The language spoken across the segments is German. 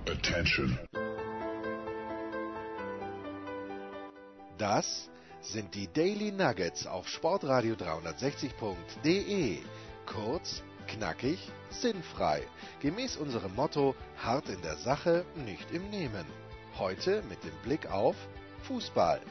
Attention. Das sind die Daily Nuggets auf Sportradio 360.de. Kurz, knackig, sinnfrei. Gemäß unserem Motto: hart in der Sache, nicht im Nehmen. Heute mit dem Blick auf Fußball.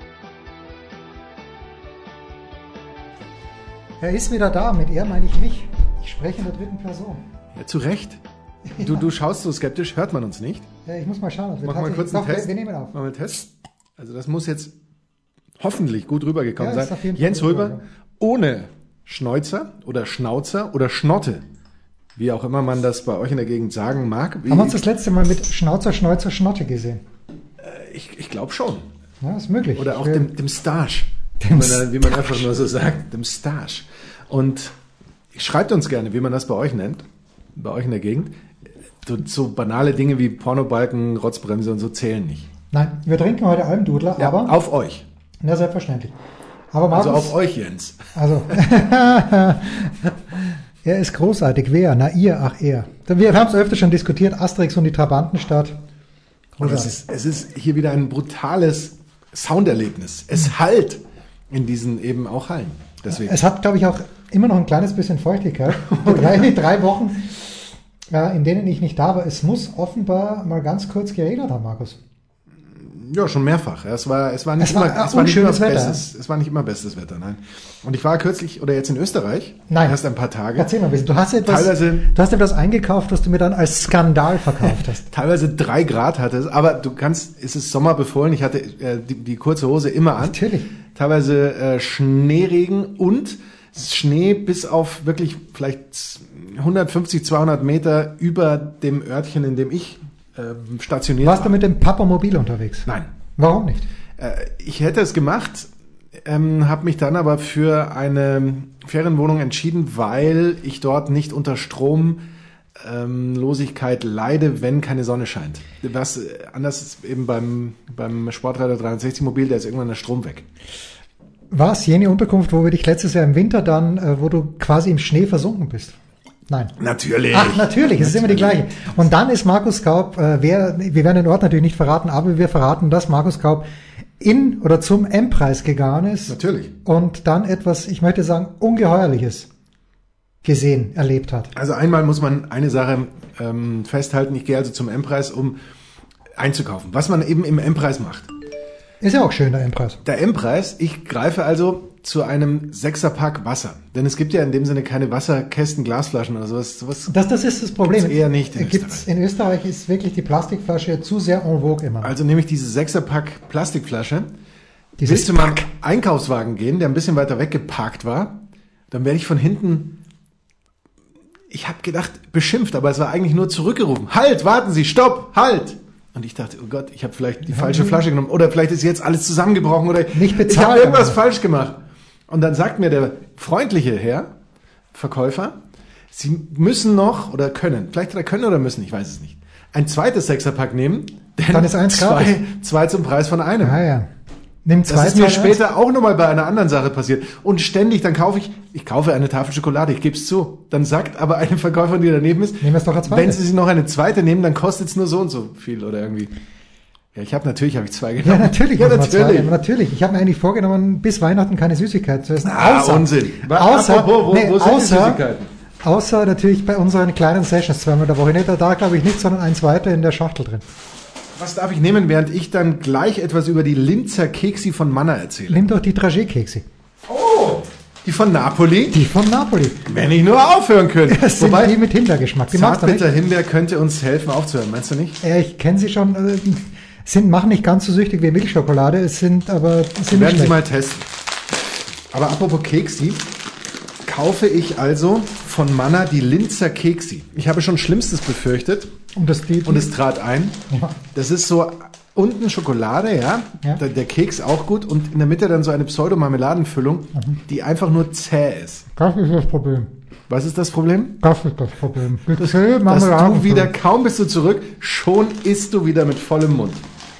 Er ist wieder da, mit er meine ich mich. Ich spreche in der dritten Person. Ja, zu Recht. Du schaust so skeptisch, hört man uns nicht? Ja, ich muss mal schauen. Ob wir Machen wir kurz einen Test. Wir nehmen auf. Machen wir einen Test. Also das muss jetzt hoffentlich gut rübergekommen sein. Ist auf jeden Fall Jens gut Hulber, rüber. ohne Schnäuzer oder Schnauzer oder Schnotte, wie auch immer man das bei euch in der Gegend sagen mag. Haben wir uns das letzte Mal mit Schnauzer, Schnäuzer, Schnotte gesehen? Ich glaube schon. Ja, ist möglich. Oder auch dem Stache, wie man einfach nur so sagt, dem Stache. Und schreibt uns gerne, wie man das bei euch nennt, bei euch in der Gegend. So banale Dinge wie Pornobalken, Rotzbremse und so zählen nicht. Nein, wir trinken heute Almdudler, Ja, aber... auf euch. Ja, selbstverständlich. Aber Markus, Also auf euch, Jens. Also, er ist großartig. Wer? Na, ihr, ach, er. Wir haben es öfter schon diskutiert, Asterix und die Trabantenstadt. Und es ist hier wieder ein brutales Sounderlebnis. Es hallt in diesen eben auch Hallen. Deswegen. Es hat, glaube ich, auch immer noch ein kleines bisschen Feuchtigkeit. Ja, in den 3 Wochen, in denen ich nicht da war. Es muss offenbar mal ganz kurz geregnet haben, Markus. Ja, schon mehrfach. Es war nicht immer bestes Wetter, nein. Und ich war kürzlich oder jetzt in Österreich. Nein. Erst ein paar Tage. Erzähl mal ein bisschen. Du hast etwas eingekauft, was du mir dann als Skandal verkauft hast. Teilweise 3 Grad hatte es, aber es ist Sommer befohlen. Ich hatte die kurze Hose immer an. Natürlich. Teilweise Schneeregen und Schnee bis auf wirklich vielleicht 150, 200 Meter über dem Örtchen, in dem ich stationiert war. Warst du mit dem Papamobil unterwegs? Nein. Warum nicht? Ich hätte es gemacht, habe mich dann aber für eine Ferienwohnung entschieden, weil ich dort nicht unter Stromlosigkeit leide, wenn keine Sonne scheint. Was anders ist eben beim Sportradar 360 Mobil, da ist irgendwann der Strom weg. War es jene Unterkunft, wo wir dich letztes Jahr im Winter dann, wo du quasi im Schnee versunken bist? Nein. Natürlich. Ach, natürlich, es ist immer die gleiche. Und dann ist Markus Gaub, wir werden den Ort natürlich nicht verraten, aber wir verraten, dass Markus Gaub in oder zum M-Preis gegangen ist. Natürlich. Und dann etwas, ich möchte sagen, Ungeheuerliches erlebt hat. Also einmal muss man eine Sache festhalten. Ich gehe also zum M-Preis, um einzukaufen. Was man eben im M-Preis macht. Ist ja auch schön, der M-Preis. Der M-Preis, ich greife also zu einem 6er-Pack Wasser. Denn es gibt ja in dem Sinne keine Wasserkästen, Glasflaschen oder sowas. Das ist das Problem. Gibt's eher nicht in Österreich. In Österreich ist wirklich die Plastikflasche zu sehr en vogue immer. Also nehme ich diese 6er-Pack Plastikflasche, bis zu meinem Einkaufswagen gehen, der ein bisschen weiter weggeparkt war. Dann werde ich von hinten, ich habe gedacht, beschimpft, aber es war eigentlich nur zurückgerufen. Halt, warten Sie, stopp, halt! Und ich dachte, oh Gott, ich habe vielleicht die falsche Flasche genommen. Oder vielleicht ist jetzt alles zusammengebrochen. Oder nicht bezahlt, ich habe irgendwas falsch gemacht. Und dann sagt mir der freundliche Verkäufer, Sie müssen noch oder können, vielleicht können oder müssen, ich weiß es nicht, ein zweites 6er-Pack nehmen, denn dann ist eins zwei zum Preis von einem. Ah, ja. Nimm zwei, das ist mir später auch nochmal bei einer anderen Sache passiert. Und ständig, dann kaufe eine Tafel Schokolade, ich gebe es zu. Dann sagt aber eine Verkäuferin, die daneben ist, nehmen wir es doch als zweite. Wenn Sie sich noch eine zweite nehmen, dann kostet es nur so und so viel oder irgendwie. Ja, natürlich habe ich 2 genommen. Ja, natürlich. Natürlich. Ich habe mir eigentlich vorgenommen, bis Weihnachten keine Süßigkeiten zu essen. Unsinn. Wo sind die Süßigkeiten? Außer natürlich bei unseren kleinen Sessions zweimal der Woche. Da glaube ich nicht, sondern eins weiter in der Schachtel drin. Was darf ich nehmen, während ich dann gleich etwas über die Linzer Keksi von Manna erzähle? Nimm doch die Dragé-Keksi. Oh, die von Napoli? Die von Napoli. Wenn ich nur aufhören könnte. Das sind die mit Himbeergeschmack. Zartbitter Himbeer könnte uns helfen aufzuhören, meinst du nicht? Ich kenne sie schon. Machen nicht ganz so süchtig wie Milchschokolade. Wir werden sie mal testen. Aber apropos Keksi, kaufe ich also von Manna die Linzer Keksi. Ich habe schon Schlimmstes befürchtet. Und es trat ein. Ja. Das ist so unten Schokolade, ja. Der Keks auch gut. Und in der Mitte dann so eine Pseudo-Marmeladenfüllung, die einfach nur zäh ist. Das ist das Problem. Was ist das Problem? Das ist das Problem. Dass du wieder, kaum bist du zurück, schon isst du wieder mit vollem Mund.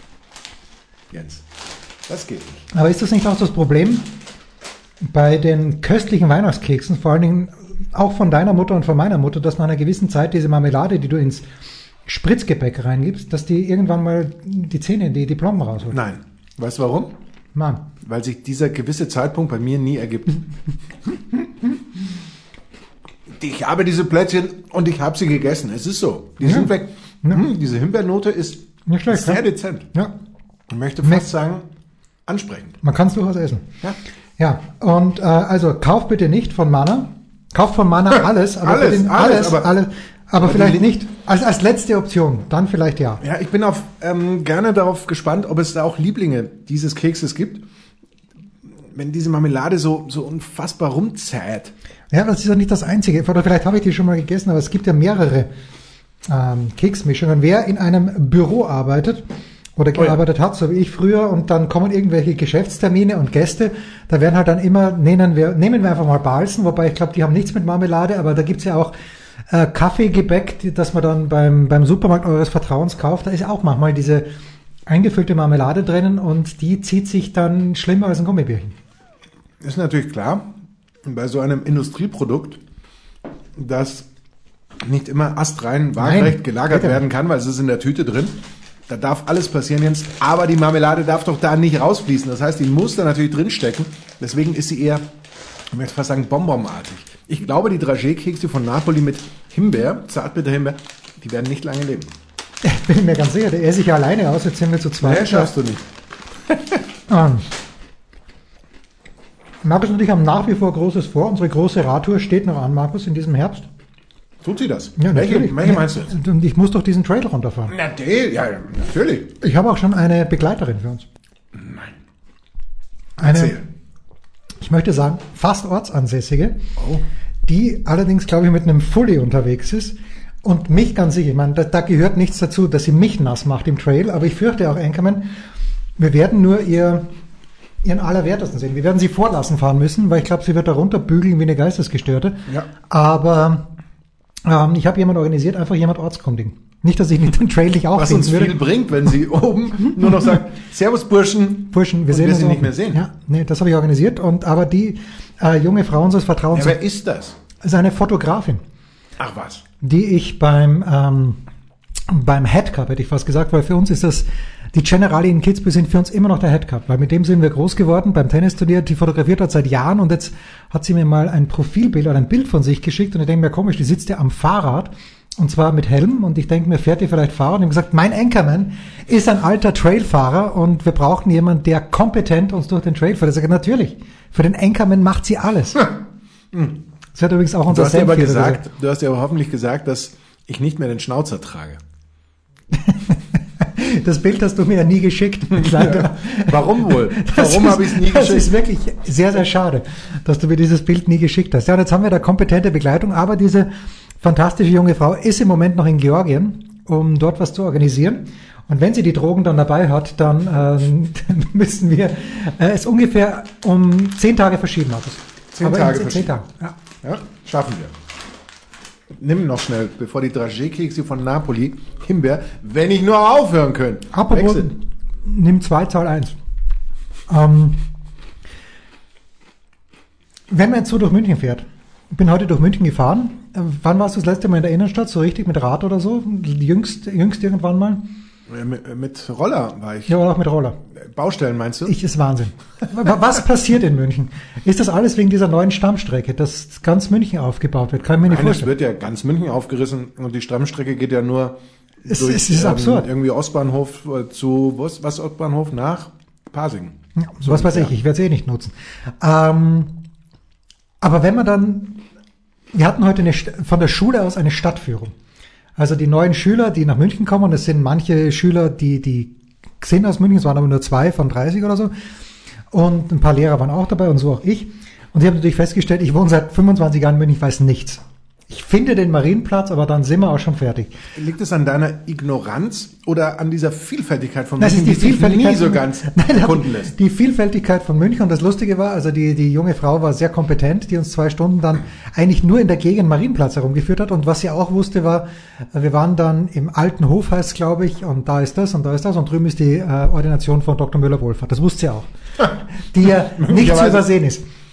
Jens, das geht nicht. Aber ist das nicht auch das Problem bei den köstlichen Weihnachtskeksen, vor allen Dingen auch von deiner Mutter und von meiner Mutter, dass nach einer gewissen Zeit diese Marmelade, die du ins Spritzgebäck reingibst, dass die irgendwann mal die Zähne, die Plomben rausholen? Nein. Weißt du warum? Nein. Weil sich dieser gewisse Zeitpunkt bei mir nie ergibt. Ich habe diese Plätzchen und ich habe sie gegessen. Es ist so. Die sind weg. Ja. Diese Himbeernote ist nicht schlecht, sehr dezent. Ja. Ich möchte fast sagen, ansprechend. Man kann es durchaus essen. Ja. Ja, und also kauft bitte nicht von Manna. Kauft von Manna alles. Aber alles. Aber vielleicht nicht. Als letzte Option. Dann vielleicht ja. Ja, ich bin gerne darauf gespannt, ob es da auch Lieblinge dieses Kekses gibt. Wenn diese Marmelade so unfassbar rumzäht. Ja, das ist ja nicht das Einzige. Oder vielleicht habe ich die schon mal gegessen, aber es gibt ja mehrere Keksmischungen. Wer in einem Büro arbeitet oder gearbeitet hat, so wie ich früher, und dann kommen irgendwelche Geschäftstermine und Gäste, da werden halt dann immer, nehmen wir einfach mal Balsen, wobei ich glaube, die haben nichts mit Marmelade, aber da gibt's ja auch Kaffeegebäck, das man dann beim Supermarkt eures Vertrauens kauft. Da ist auch manchmal diese eingefüllte Marmelade drinnen und die zieht sich dann schlimmer als ein Gummibärchen. Ist natürlich klar, bei so einem Industrieprodukt, das nicht immer astrein waagerecht gelagert werden kann, weil es ist in der Tüte drin. Da darf alles passieren, Jens, aber die Marmelade darf doch da nicht rausfließen. Das heißt, die muss da natürlich drinstecken. Deswegen ist sie eher, ich möchte fast sagen, bonbonartig. Ich glaube, die Dragé-Kekse von Napoli mit Himbeer, Zartbitterhimbeer, die werden nicht lange leben. Bin ich mir ganz sicher, der esse ich ja alleine aus, jetzt sind wir zu zweit. Nee, schaffst du nicht. Markus und ich haben nach wie vor Großes vor. Unsere große Radtour steht noch an, Markus, in diesem Herbst. Tut sie das? Ja, welche meinst du jetzt? Und ich muss doch diesen Trail runterfahren. Ja, natürlich. Ich habe auch schon eine Begleiterin für uns. Nein. Ich möchte sagen, fast ortsansässige, die allerdings, glaube ich, mit einem Fully unterwegs ist und mich ganz sicher, ich meine, da gehört nichts dazu, dass sie mich nass macht im Trail, aber ich fürchte auch, Anchorman, wir werden nur ihren Allerwertesten sehen. Wir werden sie vorlassen fahren müssen, weil ich glaube, sie wird da runterbügeln wie eine Geistesgestörte. Ja. Aber ich habe jemand organisiert, einfach jemand ortskundigen. Nicht, dass ich nicht den Trail nicht auffinden würde. Was uns viel bringt, wenn sie oben nur noch sagt, Servus Burschen, wir sehen sie nicht mehr sehen. Ja, nee, das habe ich organisiert. Aber die junge Frau unseres Vertrauens... Ja, wer ist das? Ist eine Fotografin. Ach was. Die ich beim Head Cup, hätte ich fast gesagt, weil für uns ist das... Die Generali in Kitzbühel sind für uns immer noch der Head Cup, weil mit dem sind wir groß geworden beim Tennisturnier. Die fotografiert hat seit Jahren und jetzt hat sie mir mal ein Profilbild oder ein Bild von sich geschickt und ich denke mir, komisch, die sitzt ja am Fahrrad und zwar mit Helm und ich denke mir, fährt die vielleicht Fahrrad? Und ich habe gesagt, mein Anchorman ist ein alter Trailfahrer und wir brauchen jemanden, der kompetent uns durch den Trail fährt. Ich sage, natürlich, für den Anchorman macht sie alles. Das hat übrigens auch unser Du hast ja aber hoffentlich gesagt, dass ich nicht mehr den Schnauzer trage. Das Bild hast du mir ja nie geschickt. Ja. Warum wohl? Warum habe ich es nie geschickt? Das ist wirklich sehr, sehr schade, dass du mir dieses Bild nie geschickt hast. Ja, und jetzt haben wir da kompetente Begleitung, aber diese fantastische junge Frau ist im Moment noch in Georgien, um dort was zu organisieren. Und wenn sie die Drogen dann dabei hat, dann müssen wir es ungefähr um 10 Tage verschieben, Markus. 10 Tage verschieben. 10 Tage, ja, schaffen wir. Nimm noch schnell, bevor die Dragé-Kekse von Napoli, Himbeer, wenn ich nur aufhören könnte. Apropos, nimm 2, Zahl 1. Wenn man jetzt so durch München fährt, ich bin heute durch München gefahren. Wann warst du das letzte Mal in der Innenstadt, so richtig mit Rad oder so? Jüngst irgendwann mal? Mit Roller war ich. Ja, oder auch mit Roller. Baustellen meinst du? Ist Wahnsinn. Was passiert in München? Ist das alles wegen dieser neuen Stammstrecke, dass ganz München aufgebaut wird? Kann ich mir nicht vorstellen. Es wird ja ganz München aufgerissen und die Stammstrecke geht ja nur es ist absurd. Irgendwie Ostbahnhof zu, was Ostbahnhof nach Pasing. Ja, was weiß ich werde es eh nicht nutzen. Aber wenn man dann, wir hatten heute von der Schule aus eine Stadtführung. Also die neuen Schüler, die nach München kommen, das sind manche Schüler, die sind aus München, es waren aber nur 2 von 30 oder so. Und ein paar Lehrer waren auch dabei und so auch ich. Und ich habe natürlich festgestellt, ich wohne seit 25 Jahren in München, ich weiß nichts. Ich finde den Marienplatz, aber dann sind wir auch schon fertig. Liegt es an deiner Ignoranz oder an dieser Vielfältigkeit von München, die sich nie so ganz erkunden lässt? Die Vielfältigkeit von München und das Lustige war, also die junge Frau war sehr kompetent, die uns 2 Stunden dann eigentlich nur in der Gegend Marienplatz herumgeführt hat. Und was sie auch wusste war, wir waren dann im alten Hof, heißt glaube ich, und da ist das und da ist das und drüben ist die Ordination von Dr. Müller-Wohlfahrt. Das wusste sie auch, die ja nicht zu übersehen ist.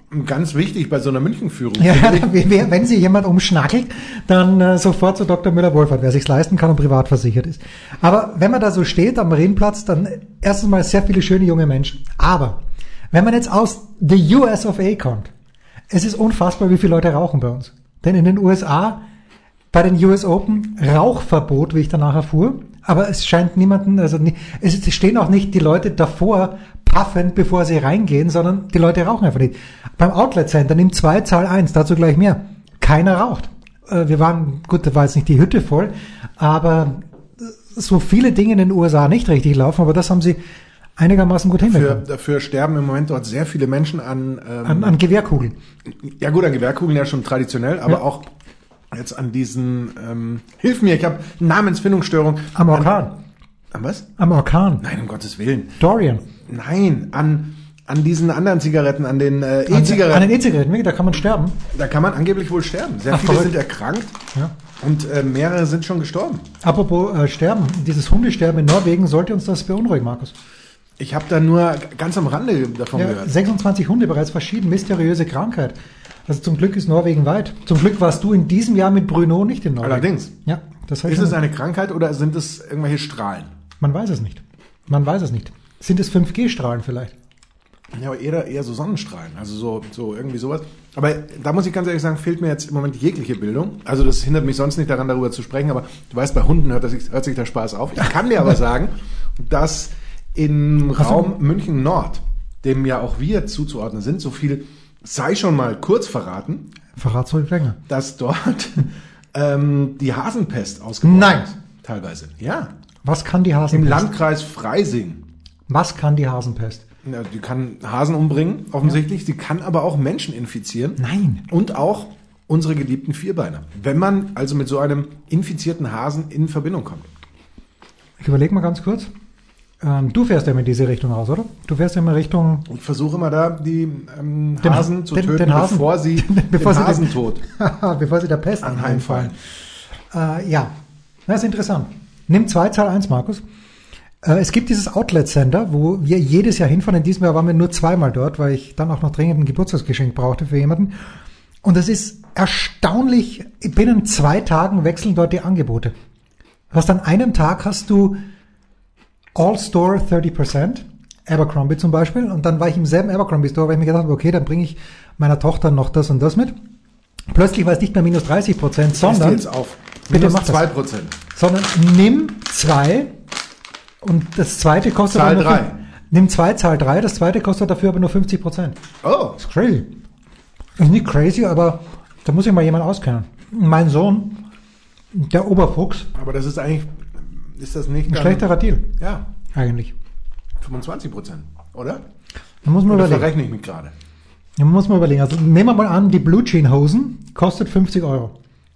Ganz wichtig bei so einer Münchenführung. Ja, wenn sich jemand umschnackelt, dann sofort zu Dr. Müller-Wohlfahrt, wer sich's leisten kann und privat versichert ist. Aber wenn man da so steht am Marienplatz, dann erstens mal sehr viele schöne junge Menschen. Aber wenn man jetzt aus the US of A kommt, es ist unfassbar, wie viele Leute rauchen bei uns. Denn in den USA, bei den US Open, Rauchverbot, wie ich danach erfuhr. Aber es scheint niemanden, es stehen auch nicht die Leute davor, puffend, bevor sie reingehen, sondern die Leute rauchen einfach nicht. Beim Outlet Center nimmt 2, Zahl 1, dazu gleich mehr. Keiner raucht. Wir waren, gut, da war jetzt nicht die Hütte voll, aber so viele Dinge in den USA nicht richtig laufen, aber das haben sie einigermaßen gut hinbekommen. Dafür sterben im Moment dort sehr viele Menschen an Gewehrkugeln. Ja gut, an Gewehrkugeln ja schon traditionell, aber auch jetzt an diesen, hilf mir, ich habe Namensfindungsstörung. Am Orkan. An was? Am Orkan. Nein, um Gottes Willen. Dorian. Nein, an diesen anderen Zigaretten, an den E-Zigaretten. An den E-Zigaretten, da kann man sterben. Da kann man angeblich wohl sterben. Sehr viele sind erkrankt und mehrere sind schon gestorben. Apropos Sterben, dieses Hundesterben in Norwegen, sollte uns das beunruhigen, Markus? Ich habe da nur ganz am Rande davon gehört. 26 Hunde bereits verschieden, mysteriöse Krankheit. Also zum Glück ist Norwegen weit. Zum Glück warst du in diesem Jahr mit Bruno nicht in Norwegen. Allerdings. Ja, das heißt, ist es eine Krankheit oder sind es irgendwelche Strahlen? Man weiß es nicht. Sind es 5G-Strahlen vielleicht? Ja, aber eher so Sonnenstrahlen, also so irgendwie sowas. Aber da muss ich ganz ehrlich sagen, fehlt mir jetzt im Moment jegliche Bildung. Also das hindert mich sonst nicht daran, darüber zu sprechen, aber du weißt, bei Hunden hört sich der Spaß auf. Ich kann dir aber sagen, dass im Raum München Nord, dem ja auch wir zuzuordnen sind, so viel sei schon mal kurz verraten. Verrat soll länger. Dass dort die Hasenpest ausgebrochen ist. Teilweise, ja. Was kann die Hasenpest? Im Landkreis Freising. Was kann die Hasenpest? Ja, die kann Hasen umbringen, offensichtlich. Ja. Sie kann aber auch Menschen infizieren. Nein. Und auch unsere geliebten Vierbeiner. Wenn man also mit so einem infizierten Hasen in Verbindung kommt. Ich überlege mal ganz kurz. Du fährst ja in diese Richtung raus, oder? Du fährst ja immer Richtung... Und versuche immer da, die Hasen zu töten, bevor sie der Pest anheimfallen. Ja, das ist interessant. Nimm 2, Zahl 1, Markus. Es gibt dieses Outlet Center, wo wir jedes Jahr hinfahren. In diesem Jahr waren wir nur 2-mal dort, weil ich dann auch noch dringend ein Geburtstagsgeschenk brauchte für jemanden. Und es ist erstaunlich, binnen 2 Tagen wechseln dort die Angebote. An einem Tag hast du All Store 30%, Abercrombie zum Beispiel. Und dann war ich im selben Abercrombie Store, weil ich mir gedacht habe, okay, dann bringe ich meiner Tochter noch das und das mit. Plötzlich war es nicht mehr minus 30%, sondern... Jetzt auf. Bitte mach 2%. Sondern nimm 2 und das zweite kostet... Zahl 3. Nimm 2, Zahl 3, das zweite kostet dafür aber nur 50%. Oh. Das ist crazy. Das ist nicht crazy, aber da muss ich mal jemand auskennen. Mein Sohn, der Oberfuchs... Aber das ist eigentlich... Ist das nicht... Ein schlechterer Deal. Ja. Eigentlich. 25%, oder? Da muss man überlegen. Verrechne ich mich gerade. Da muss man überlegen. Also nehmen wir mal an, die Blue Jean Hosen kostet 50 €.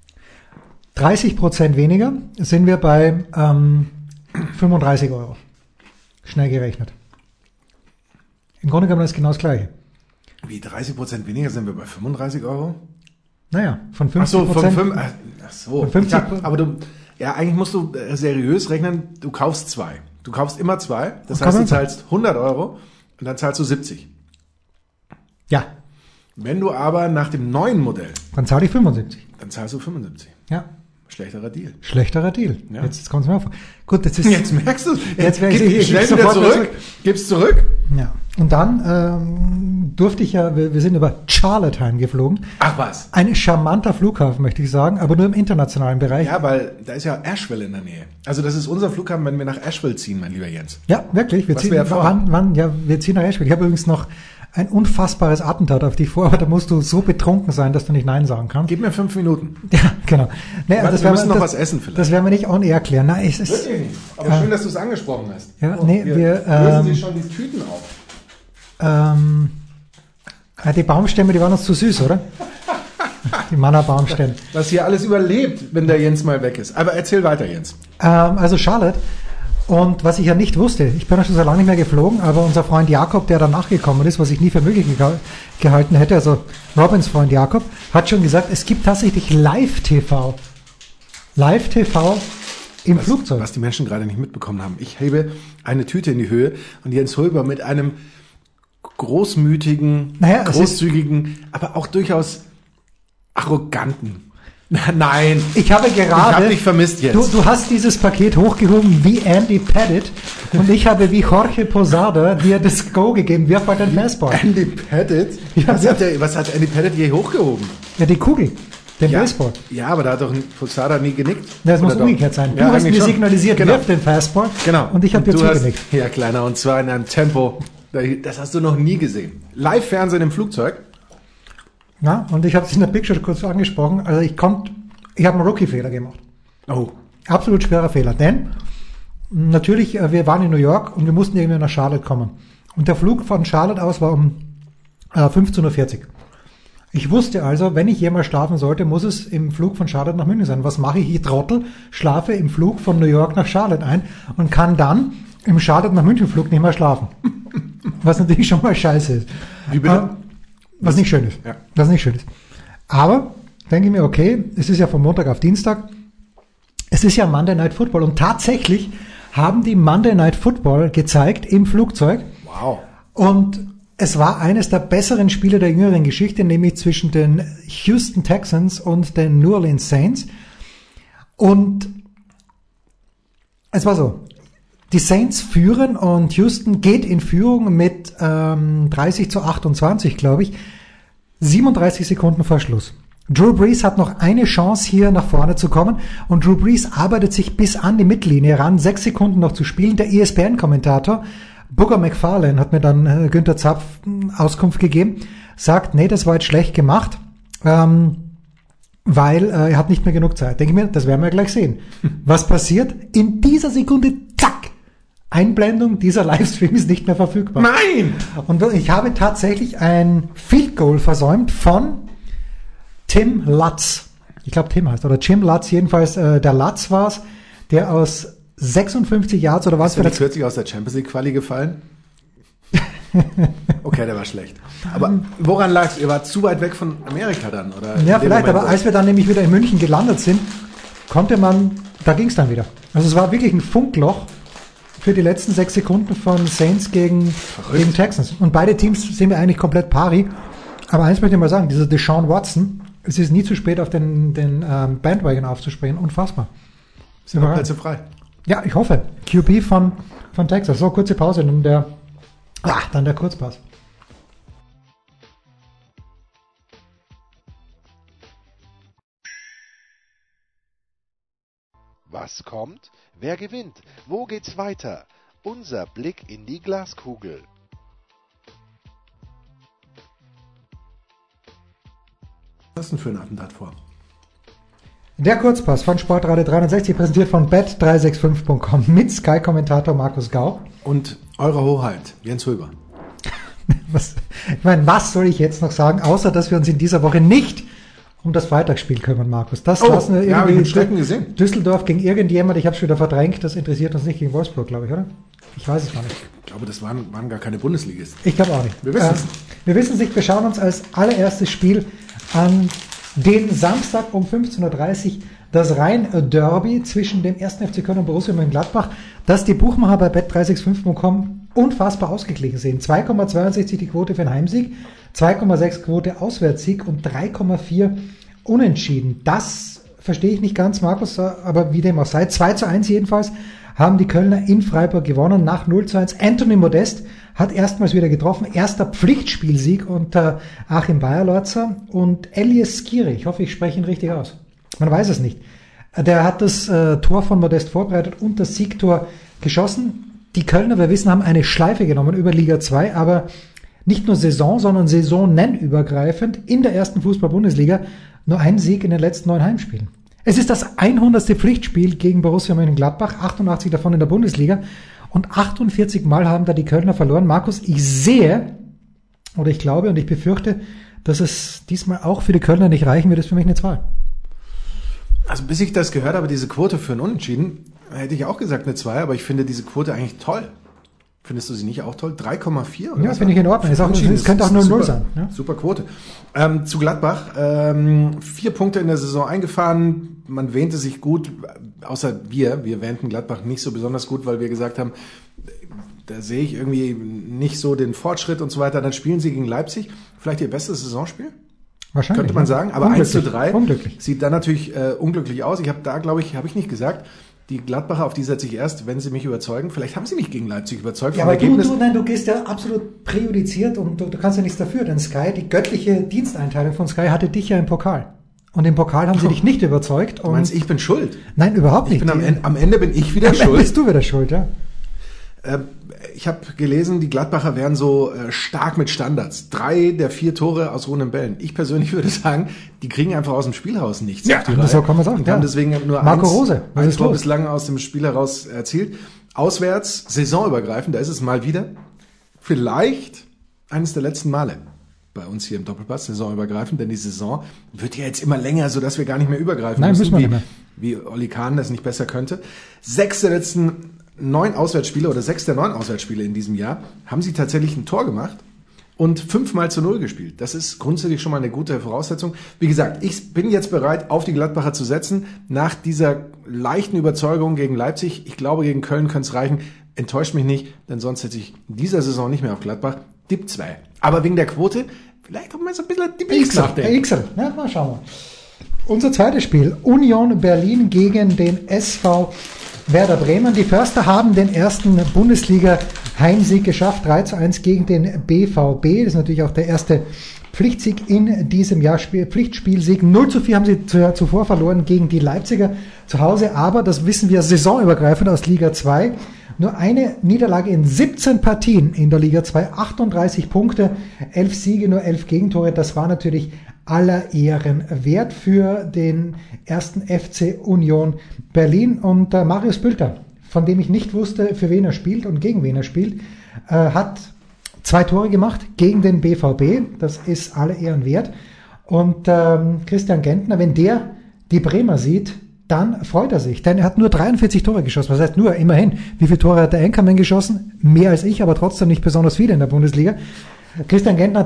30% weniger sind wir bei 35 €. Schnell gerechnet. Im Grunde genommen ist genau das Gleiche. Wie 30% weniger sind wir bei 35 €? Naja, von 50%. Ach so, von 50%. Aber eigentlich musst du seriös rechnen, du kaufst 2. Du kaufst immer 2, das heißt, du zahlst 100 € und dann zahlst du 70. Ja. Wenn du aber nach dem neuen Modell... Dann zahle ich 75. Dann zahlst du 75. Ja. Schlechterer Deal. Ja. Jetzt kommt es mir vor. Gut, jetzt merkst du es. Jetzt werde ich schnell wieder zurück. Gib's zurück. Ja. Und dann durfte ich wir sind über Charlottetown geflogen. Ach was. Ein charmanter Flughafen, möchte ich sagen, aber nur im internationalen Bereich. Ja, weil da ist ja Asheville in der Nähe. Also das ist unser Flughafen, wenn wir nach Asheville ziehen, mein lieber Jens. Ja, wirklich. Wir ziehen nach Asheville. Ich habe übrigens noch ein unfassbares Attentat auf dich vor, aber da musst du so betrunken sein, dass du nicht Nein sagen kannst. Gib mir 5 Minuten. Ja, genau. Wir müssen noch was essen vielleicht. Das werden wir nicht on air klären. Nein, es ist wirklich nicht. Aber schön, dass du es angesprochen hast. Ja, wir lösen Sie schon die Tüten auf. Die Baumstämme, die waren uns zu süß, oder? Die Manna-Baumstämme. Was hier alles überlebt, wenn der Jens mal weg ist. Aber erzähl weiter, Jens. Also Charlotte. Und was ich ja nicht wusste, ich bin ja schon so lange nicht mehr geflogen, aber unser Freund Jakob, der danach gekommen ist, was ich nie für möglich gehalten hätte, also Robins Freund Jakob, hat schon gesagt, es gibt tatsächlich Live-TV. Live-TV im Flugzeug. Was die Menschen gerade nicht mitbekommen haben. Ich hebe eine Tüte in die Höhe und Jens Hulber mit einem großmütigen, großzügigen, aber auch durchaus arroganten. Nein. Ich habe dich vermisst jetzt. Du hast dieses Paket hochgehoben wie Andy Pettitte und ich habe wie Jorge Posada dir das Go gegeben. Wirf mal dein Fastball. Andy Pettitte? Was hat Andy Pettitte hier hochgehoben? Ja, die Kugel. Den Baseball. Ja, aber da hat doch Posada nie genickt. Das muss umgekehrt sein. Du hast mir signalisiert, wirf den Fastball. Genau. Und ich habe dir zugenickt. Ja, Kleiner, und zwar in einem Tempo. Das hast du noch nie gesehen. Live-Fernsehen im Flugzeug. Ja, und ich habe es in der Picture kurz angesprochen. Also ich habe einen Rookie-Fehler gemacht. Oh. Absolut schwerer Fehler. Denn natürlich, wir waren in New York und wir mussten irgendwie nach Charlotte kommen. Und der Flug von Charlotte aus war um 15.40 Uhr. Ich wusste also, wenn ich jemals schlafen sollte, muss es im Flug von Charlotte nach München sein. Was mache ich? Ich Trottel, schlafe im Flug von New York nach Charlotte ein und kann dann im Charlotte nach München Flug nicht mehr schlafen. Was natürlich schon mal scheiße ist. Wie bitte? Was nicht schön ist. Ja. Was nicht schön ist. Aber denke ich mir, okay, es ist ja von Montag auf Dienstag. Es ist ja Monday Night Football. Und tatsächlich haben die Monday Night Football gezeigt im Flugzeug. Wow. Und es war eines der besseren Spiele der jüngeren Geschichte, nämlich zwischen den Houston Texans und den New Orleans Saints. Und es war so. Die Saints führen und Houston geht in Führung mit 30-28, glaube ich. 37 Sekunden vor Schluss. Drew Brees hat noch eine Chance, hier nach vorne zu kommen. Und Drew Brees arbeitet sich bis an die Mittellinie ran. 6 Sekunden noch zu spielen. Der ESPN-Kommentator Booger McFarlane hat mir dann Günther Zapf Auskunft gegeben. Sagt, nee, das war jetzt schlecht gemacht, weil er hat nicht mehr genug Zeit. Denke ich mir, das werden wir gleich sehen. Was passiert? In dieser Sekunde, zack! Einblendung, dieser Livestream ist nicht mehr verfügbar. Nein! Und ich habe tatsächlich ein Field Goal versäumt von Tim Lutz. Ich glaube, Tim heißt, oder Jim Lutz, jedenfalls der Lutz war es, der aus 56 Yards oder was? Ist der kürzlich aus der Champions League Quali gefallen? Okay, der war schlecht. Aber woran lag's? Ihr wart zu weit weg von Amerika dann, oder? Ja, vielleicht, aber als wir dann nämlich wieder in München gelandet sind, da ging's dann wieder. Also es war wirklich ein Funkloch für die letzten 6 Sekunden von Saints gegen Texans. Und beide Teams sind wir eigentlich komplett pari. Aber eins möchte ich mal sagen, dieser Deshaun Watson, es ist nie zu spät, auf den Bandwagon aufzuspringen. Unfassbar. Sind noch Plätze frei? Ja, ich hoffe. QB von Texas. So, kurze Pause, dann der Kurzpass. Was kommt? Wer gewinnt? Wo geht's weiter? Unser Blick in die Glaskugel. Was ist denn für ein Attentat vor? Der Kurzpass von Sportradio 360, präsentiert von bet365.com mit Sky-Kommentator Markus Gau. Und eurer Hoheit, Jens Höber. Was soll ich jetzt noch sagen, außer dass wir uns in dieser Woche nicht um das Freitagsspiel kümmern, Markus. Das lassen wir irgendwie Strecken gesehen. Düsseldorf gegen irgendjemand, ich habe es wieder verdrängt, das interessiert uns nicht, gegen Wolfsburg, glaube ich, oder? Ich weiß es gar nicht. Ich glaube, das waren gar keine Bundesligisten. Ich glaube auch nicht. Wir wissen es. Wir wissen es nicht. Wir schauen uns als allererstes Spiel an den Samstag um 15.30 Uhr das Rhein-Derby zwischen dem 1. FC Köln und Borussia Mönchengladbach, das die Buchmacher bei bet365.com unfassbar ausgeglichen sehen. 2,62 die Quote für einen Heimsieg, 2,6 Quote Auswärtssieg und 3,4 Unentschieden. Das verstehe ich nicht ganz, Markus, aber wie dem auch sei. 2:1 jedenfalls haben die Kölner in Freiburg gewonnen nach 0:1. Anthony Modest hat erstmals wieder getroffen. Erster Pflichtspielsieg unter Achim Bayerlorzer und Elias Skiri. Ich hoffe, ich spreche ihn richtig aus. Man weiß es nicht. Der hat das Tor von Modest vorbereitet und das Siegtor geschossen. Die Kölner, wir wissen, haben eine Schleife genommen über Liga 2, aber nicht nur Saison, sondern saisonenübergreifend in der ersten Fußball-Bundesliga nur ein Sieg in den letzten 9 Heimspielen. Es ist das 100. Pflichtspiel gegen Borussia Mönchengladbach, 88 davon in der Bundesliga und 48 Mal haben da die Kölner verloren. Markus, ich sehe oder ich glaube und ich befürchte, dass es diesmal auch für die Kölner nicht reichen wird, ist für mich eine 2. Also bis ich das gehört habe, diese Quote für einen Unentschieden, hätte ich auch gesagt eine 2, aber ich finde diese Quote eigentlich toll. Findest du sie nicht auch toll? 3,4? Ja, finde ich in Ordnung. Es könnte auch 0-0 sein. Ja? Super Quote. Zu Gladbach. 4 Punkte in der Saison eingefahren. Man wähnte sich gut, außer wir wähnten Gladbach nicht so besonders gut, weil wir gesagt haben, da sehe ich irgendwie nicht so den Fortschritt und so weiter. Dann spielen sie gegen Leipzig, vielleicht ihr bestes Saisonspiel? Wahrscheinlich. Könnte man sagen, aber 1:3 unglücklich. Sieht dann natürlich unglücklich aus. Ich habe da, glaube ich, habe ich nicht gesagt, die Gladbacher, auf die setze ich erst, wenn sie mich überzeugen. Vielleicht haben sie mich gegen Leipzig überzeugt. Ja, aber du gehst ja absolut präjudiziert und du kannst ja nichts dafür, denn Sky, die göttliche Diensteinteilung von Sky hatte dich ja im Pokal. Und im Pokal haben sie dich nicht überzeugt. Du meinst, ich bin schuld? Nein, überhaupt nicht. Am Ende bin ich wieder schuld. Am Ende bist du wieder schuld, ja. Ich habe gelesen, die Gladbacher wären so stark mit Standards. 3 der 4 Tore aus ruhenden Bällen. Ich persönlich würde sagen, die kriegen einfach aus dem Spiel heraus nichts. Ja, so kann man sagen. Und haben deswegen nur Marco Rose, ein Tor bislang aus dem Spiel heraus erzielt. Auswärts, saisonübergreifend, da ist es mal wieder. Vielleicht eines der letzten Male bei uns hier im Doppelpass, saisonübergreifend, denn die Saison wird ja jetzt immer länger, sodass wir gar nicht mehr übergreifen müssen, wie Olli Kahn das nicht besser könnte. 6 der letzten 9 Auswärtsspiele oder 6 der 9 Auswärtsspiele in diesem Jahr haben sie tatsächlich ein Tor gemacht und 5-0 gespielt. Das ist grundsätzlich schon mal eine gute Voraussetzung. Wie gesagt, ich bin jetzt bereit, auf die Gladbacher zu setzen, nach dieser leichten Überzeugung gegen Leipzig. Ich glaube, gegen Köln könnte es reichen. Enttäuscht mich nicht, denn sonst hätte ich in dieser Saison nicht mehr auf Gladbach. Tipp 2. Aber wegen der Quote, vielleicht auch mal so ein bisschen Tipp X nachdenken. Ja, mal schauen wir. Unser zweites Spiel, Union Berlin gegen den SV Werder Bremen. Die Förster haben den ersten Bundesliga-Heimsieg geschafft, 3:1 gegen den BVB. Das ist natürlich auch der erste Pflichtsieg in diesem Jahr, Pflichtspielsieg. 0:4 haben sie zuvor verloren gegen die Leipziger zu Hause, aber das wissen wir saisonübergreifend aus Liga 2. Nur eine Niederlage in 17 Partien in der Liga 2, 38 Punkte, 11 Siege, nur 11 Gegentore. Das war natürlich aller Ehren wert für den ersten FC Union Berlin. Und Marius Bülter, von dem ich nicht wusste, für wen er spielt und gegen wen er spielt, hat 2 Tore gemacht gegen den BVB. Das ist aller Ehren wert. Und Christian Gentner, wenn der die Bremer sieht, dann freut er sich, denn er hat nur 43 Tore geschossen. Was heißt nur, immerhin. Wie viele Tore hat der Enkermann geschossen? Mehr als ich, aber trotzdem nicht besonders viele in der Bundesliga. Christian Gentner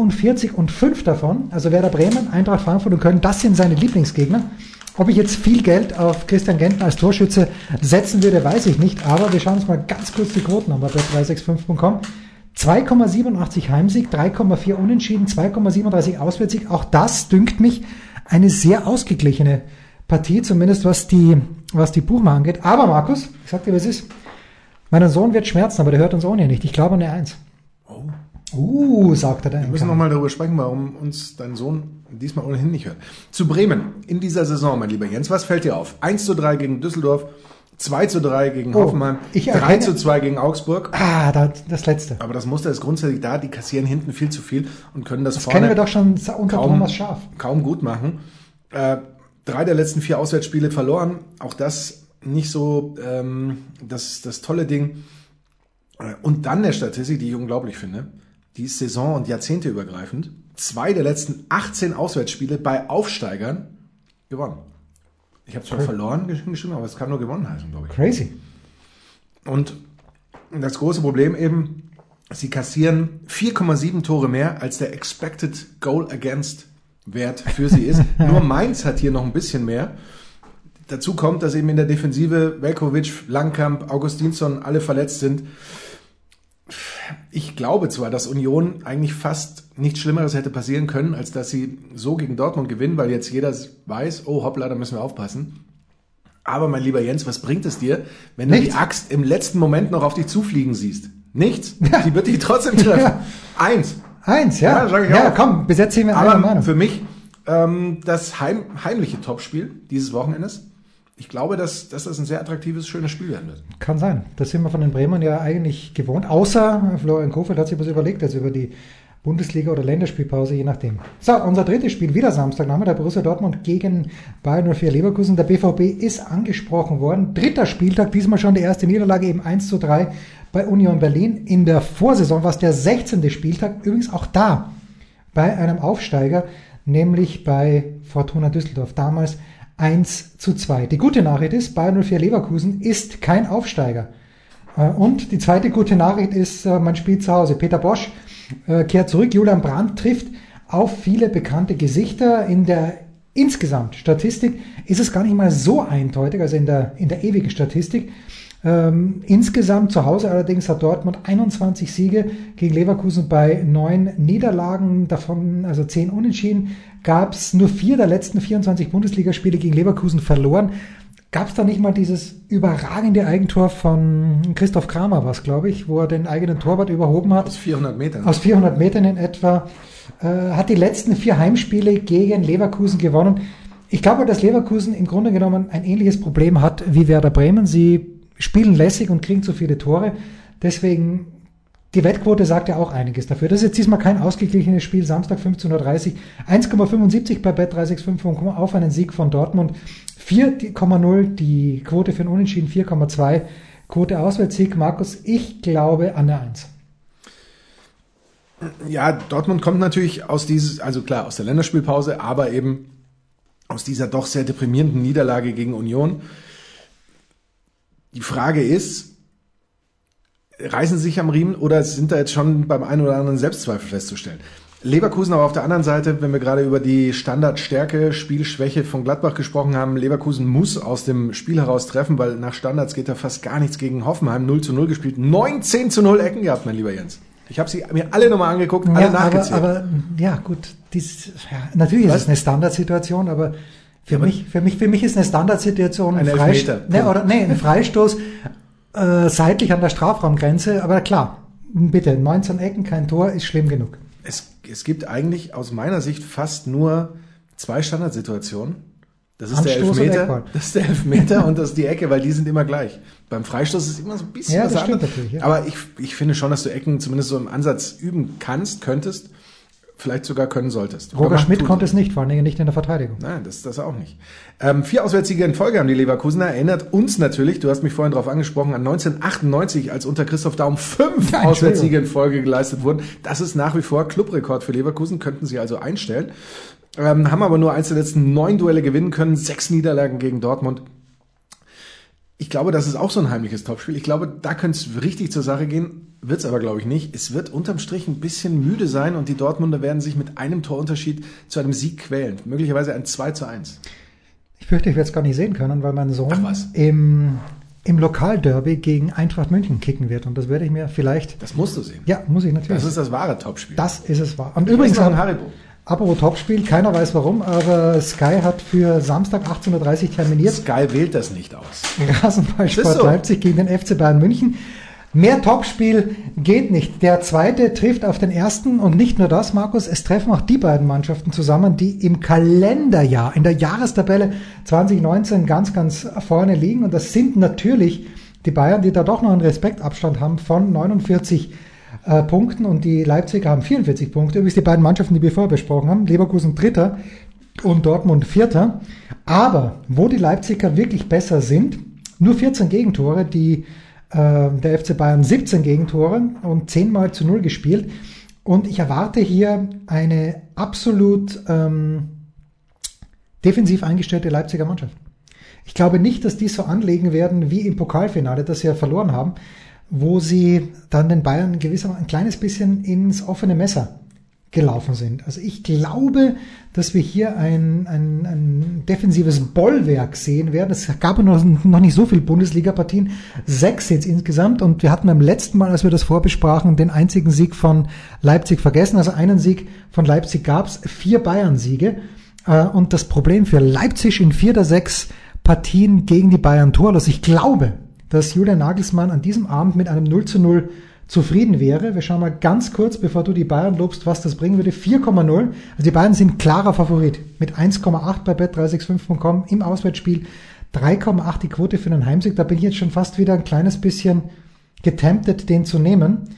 43 und 5 davon. Also Werder Bremen, Eintracht Frankfurt und Köln, das sind seine Lieblingsgegner. Ob ich jetzt viel Geld auf Christian Gentner als Torschütze setzen würde, weiß ich nicht. Aber wir schauen uns mal ganz kurz die Quoten an bei bet365.com. 2,87 Heimsieg, 3,4 Unentschieden, 2,37 Auswärtssieg. Auch das dünkt mich eine sehr ausgeglichene Partie, zumindest was die Buchmacher angeht. Aber Markus, ich sag dir, was ist. Mein Sohn wird schmerzen, aber der hört uns ohne nicht. Ich glaube an eine 1. Sagt er dann. Wir müssen nochmal darüber sprechen, warum uns dein Sohn diesmal ohnehin nicht hört. Zu Bremen in dieser Saison, mein lieber Jens, was fällt dir auf? 1:3 gegen Düsseldorf, 2:3 gegen Hoffenheim, 3:2 gegen Augsburg. Das letzte. Aber das Muster ist grundsätzlich da, die kassieren hinten viel zu viel und können das vorne kennen wir doch schon unter Thomas Schaaf. Kaum gut machen. 3 der letzten 4 Auswärtsspiele verloren. Auch das nicht so das tolle Ding. Und dann der Statistik, die ich unglaublich finde. Die ist saison- und jahrzehnteübergreifend. 2 der letzten 18 Auswärtsspiele bei Aufsteigern gewonnen. Ich habe zwar verloren geschrieben, aber es kann nur gewonnen heißen, glaube ich. Crazy. Und das große Problem eben, sie kassieren 4,7 Tore mehr, als der Expected Goal Against Wert für sie ist. Nur Mainz hat hier noch ein bisschen mehr. Dazu kommt, dass eben in der Defensive Veljković, Langkamp, Augustinsson alle verletzt sind. Ich glaube zwar, dass Union eigentlich fast nichts Schlimmeres hätte passieren können, als dass sie so gegen Dortmund gewinnen, weil jetzt jeder weiß, oh hoppla, da müssen wir aufpassen. Aber mein lieber Jens, was bringt es dir, wenn du die Axt im letzten Moment noch auf dich zufliegen siehst? Nichts. Ja. Die wird dich trotzdem treffen. Ja. 1, ja. Sag ich auch. Komm, besetze ich mir eine Meinung. Für mich das heimliche Topspiel dieses Wochenendes. Ich glaube, dass das ein sehr attraktives, schönes Spiel werden wird. Kann sein. Das sind wir von den Bremern ja eigentlich gewohnt. Außer Florian Kohfeldt hat sich was überlegt, also über die Bundesliga- oder Länderspielpause, je nachdem. So, unser drittes Spiel, wieder Samstagnachmittag, Borussia Dortmund gegen Bayern 04 Leverkusen. Der BVB ist angesprochen worden. 3. Spieltag, diesmal schon die erste Niederlage, eben 1:3 bei Union Berlin. In der Vorsaison war es der 16. Spieltag, übrigens auch da bei einem Aufsteiger, nämlich bei Fortuna Düsseldorf. Damals 1:2. Die gute Nachricht ist, Bayern 04 Leverkusen ist kein Aufsteiger. Und die zweite gute Nachricht ist, man spielt zu Hause. Peter Bosch kehrt zurück. Julian Brandt trifft auf viele bekannte Gesichter. In der insgesamt Statistik ist es gar nicht mal so eindeutig, also in der ewigen Statistik. Insgesamt zu Hause allerdings hat Dortmund 21 Siege gegen Leverkusen bei 9 Niederlagen, davon also 10 Unentschieden. Gab es nur 4 der letzten 24 Bundesligaspiele gegen Leverkusen verloren. Gab es da nicht mal dieses überragende Eigentor von Christoph Kramer, glaube ich, wo er den eigenen Torwart überhoben hat? Aus 400 Metern. Aus 400 Metern in etwa. Hat die letzten 4 Heimspiele gegen Leverkusen gewonnen. Ich glaube, dass Leverkusen im Grunde genommen ein ähnliches Problem hat wie Werder Bremen. Sie spielen lässig und kriegen zu viele Tore. Deswegen, die Wettquote sagt ja auch einiges dafür. Das ist jetzt diesmal kein ausgeglichenes Spiel. Samstag 15.30 Uhr. 1,75 bei Bet365 auf einen Sieg von Dortmund. 4,0 die Quote für einen Unentschieden, 4,2 Quote Auswärtssieg. Markus, ich glaube an der 1. Ja, Dortmund kommt natürlich aus aus der Länderspielpause, aber eben aus dieser doch sehr deprimierenden Niederlage gegen Union. Die Frage ist, reißen sie sich am Riemen oder sind da jetzt schon beim einen oder anderen Selbstzweifel festzustellen? Leverkusen aber auf der anderen Seite, wenn wir gerade über die Standardstärke, Spielschwäche von Gladbach gesprochen haben, Leverkusen muss aus dem Spiel heraus treffen, weil nach Standards geht da fast gar nichts gegen Hoffenheim, 0:0 gespielt, 19:0 Ecken gehabt, mein lieber Jens. Ich habe sie mir alle nochmal angeguckt, alle nachgezählt. Aber ja gut, natürlich ist es eine Standardsituation, aber für mich ist eine Standardsituation ein Freistoß seitlich an der Strafraumgrenze, aber klar, bitte, 19 Ecken, kein Tor, ist schlimm genug. Es gibt eigentlich aus meiner Sicht fast nur 2 Standardsituationen. Das ist Handstoß der Elfmeter und das ist die Ecke, weil die sind immer gleich. Beim Freistoß ist es immer so ein bisschen was anderes. Ja. Aber ich finde schon, dass du Ecken zumindest so im Ansatz üben könntest, vielleicht sogar können solltest. Roger Schmidt konnte es nicht, vor allem nicht in der Verteidigung. Nein, das auch nicht. 4 Auswärtssiege in Folge haben die Leverkusener. Erinnert uns natürlich, du hast mich vorhin darauf angesprochen, an 1998, als unter Christoph Daum 5 Auswärtssiege in Folge geleistet wurden. Das ist nach wie vor Clubrekord für Leverkusen, könnten sie also einstellen. Haben aber nur eins der letzten 9 Duelle gewinnen können, 6 Niederlagen gegen Dortmund. Ich glaube, das ist auch so ein heimliches Topspiel. Ich glaube, da könnte es richtig zur Sache gehen. Wird's aber, glaube ich, nicht. Es wird unterm Strich ein bisschen müde sein und die Dortmunder werden sich mit einem Torunterschied zu einem Sieg quälen. Möglicherweise ein 2:1. Ich fürchte, ich werde es gar nicht sehen können, weil mein Sohn im Lokalderby gegen Eintracht München kicken wird. Und das werde ich mir vielleicht... Das musst du sehen. Ja, muss ich natürlich. Das ist das wahre Topspiel. Das ist es wahr. Und übrigens ein Haribo. Apropos Topspiel, keiner weiß warum, aber Sky hat für Samstag 18.30 Uhr terminiert. Sky wählt das nicht aus. Rasenballsport Leipzig gegen den FC Bayern München. Mehr Topspiel geht nicht. Der zweite trifft auf den ersten und nicht nur das, Markus, es treffen auch die beiden Mannschaften zusammen, die im Kalenderjahr, in der Jahrestabelle 2019 ganz, ganz vorne liegen. Und das sind natürlich die Bayern, die da doch noch einen Respektabstand haben von 49 Punkten und die Leipziger haben 44 Punkte. Übrigens die beiden Mannschaften, die wir vorher besprochen haben, Leverkusen Dritter und Dortmund Vierter. Aber wo die Leipziger wirklich besser sind, nur 14 Gegentore, der FC Bayern 17 Gegentore und 10-0 gespielt. Und ich erwarte hier eine absolut defensiv eingestellte Leipziger Mannschaft. Ich glaube nicht, dass die so anlegen werden wie im Pokalfinale, das sie ja verloren haben, wo sie dann den Bayern gewissermaßen ein kleines bisschen ins offene Messer gelaufen sind. Also ich glaube, dass wir hier ein defensives Bollwerk sehen werden. Es gab noch nicht so viele Bundesliga-Partien, 6 jetzt insgesamt. Und wir hatten beim letzten Mal, als wir das vorbesprachen, den einzigen Sieg von Leipzig vergessen. Also einen Sieg von Leipzig gab es, 4 Bayern-Siege. Und das Problem für Leipzig in 4 der 6 Partien gegen die Bayern torlos. Ich glaube, dass Julian Nagelsmann an diesem Abend mit einem 0:0 zufrieden wäre. Wir schauen mal ganz kurz, bevor du die Bayern lobst, was das bringen würde. 4,0. Also die Bayern sind klarer Favorit mit 1,8 bei Bet365.com im Auswärtsspiel. 3,8 die Quote für einen Heimsieg. Da bin ich jetzt schon fast wieder ein kleines bisschen getemptet, den zu nehmen.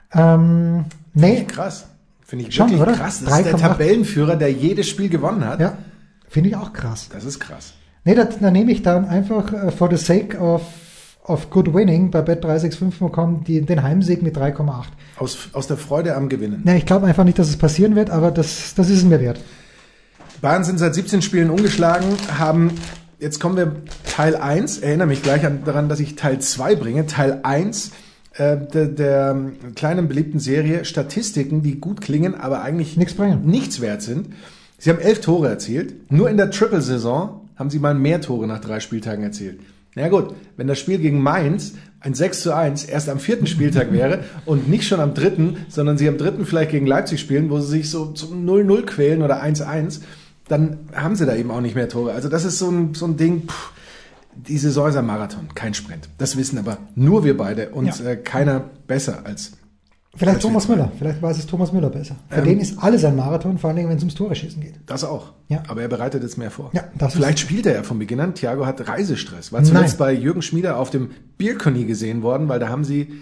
Nee. Krass. Finde ich schon, wirklich oder? Krass. Das ist der Tabellenführer, der jedes Spiel gewonnen hat. Ja, finde ich auch krass. Das ist krass. Nee, da nehme ich dann einfach for the sake of good winning bei Bet365.com den Heimsieg mit 3,8. Aus der Freude am Gewinnen. Ja, ich glaube einfach nicht, dass es passieren wird, aber das ist es mir wert. Bayern sind seit 17 Spielen ungeschlagen, jetzt kommen wir Teil 1, erinnere mich gleich daran, dass ich Teil 2 bringe. Teil 1 der kleinen beliebten Serie Statistiken, die gut klingen, aber eigentlich nichts wert sind. Sie haben 11 Tore erzielt. Nur in der Triple-Saison haben sie mal mehr Tore nach 3 Spieltagen erzielt. Na gut, wenn das Spiel gegen Mainz ein 6:1 erst am 4. Spieltag wäre und nicht schon am 3., sondern sie am 3. vielleicht gegen Leipzig spielen, wo sie sich so zum 0-0 quälen oder 1-1, dann haben sie da eben auch nicht mehr Tore. Also das ist so ein Ding, die Saison ist ein Marathon, kein Sprint. Das wissen aber nur wir beide und keiner besser als vielleicht Thomas Müller. Vielleicht weiß es Thomas Müller besser. Für den ist alles ein Marathon, vor allem wenn es ums Tore schießen geht. Das auch. Ja. Aber er bereitet jetzt mehr vor. Ja, vielleicht spielt er ja von Beginn an. Thiago hat Reisestress. War zuletzt bei Jürgen Schmieder auf dem Bierkönig gesehen worden, weil da haben sie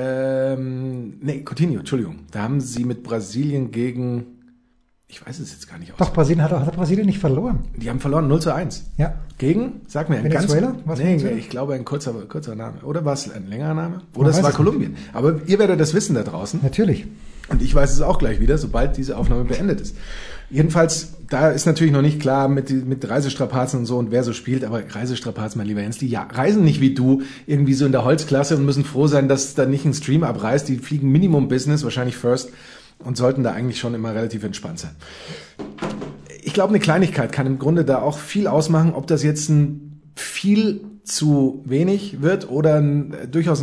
Coutinho, Entschuldigung. Da haben sie mit Brasilien gegen, ich weiß es jetzt gar nicht aus. Doch, Brasilien hat Brasilien nicht verloren. Die haben verloren 0:1. Ja. Gegen, sag mir, Venezuela? Ich glaube ein kurzer Name. Oder war es ein längerer Name? Oder es war Kolumbien. Aber ihr werdet das wissen da draußen. Natürlich. Und ich weiß es auch gleich wieder, sobald diese Aufnahme beendet ist. Jedenfalls, da ist natürlich noch nicht klar mit Reisestrapazen und so und wer so spielt, aber Reisestrapazen, mein lieber Jens, die reisen nicht wie du irgendwie so in der Holzklasse und müssen froh sein, dass da nicht ein Stream abreißt. Die fliegen Minimum Business, wahrscheinlich First, und sollten da eigentlich schon immer relativ entspannt sein. Ich glaube, eine Kleinigkeit kann im Grunde da auch viel ausmachen, ob das jetzt ein viel zu wenig wird oder durchaus ein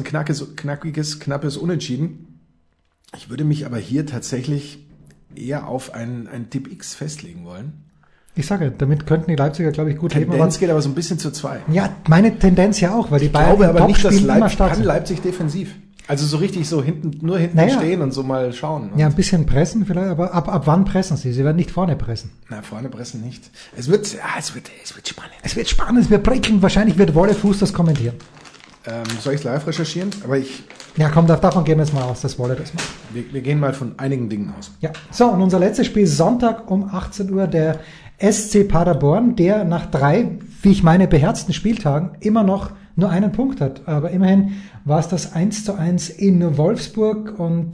knappes Unentschieden. Ich würde mich aber hier tatsächlich eher auf ein Tipp X festlegen wollen. Ich sage, damit könnten die Leipziger, glaube ich, gut leben. Tendenz geht aber so ein bisschen zu 2. Ja, meine Tendenz ja auch, weil die beiden glaube aber nicht, dass kann Leipzig defensiv. Also so richtig so hinten stehen und so mal schauen. Ja, ein bisschen pressen vielleicht, aber ab wann pressen sie? Sie werden nicht vorne pressen. Na, vorne pressen nicht. Es wird spannend. Es wird spannend, es wird prickelnd. Wahrscheinlich wird Wolle Fuß das kommentieren. Soll ich es live recherchieren? Ja, komm, davon gehen wir jetzt mal aus, dass Wolle das macht. Wir gehen mal von einigen Dingen aus. Ja, so, und unser letztes Spiel Sonntag um 18 Uhr, der SC Paderborn, der nach 3, wie ich meine, beherzten Spieltagen immer noch nur einen Punkt hat. Aber immerhin war es das 1:1 in Wolfsburg und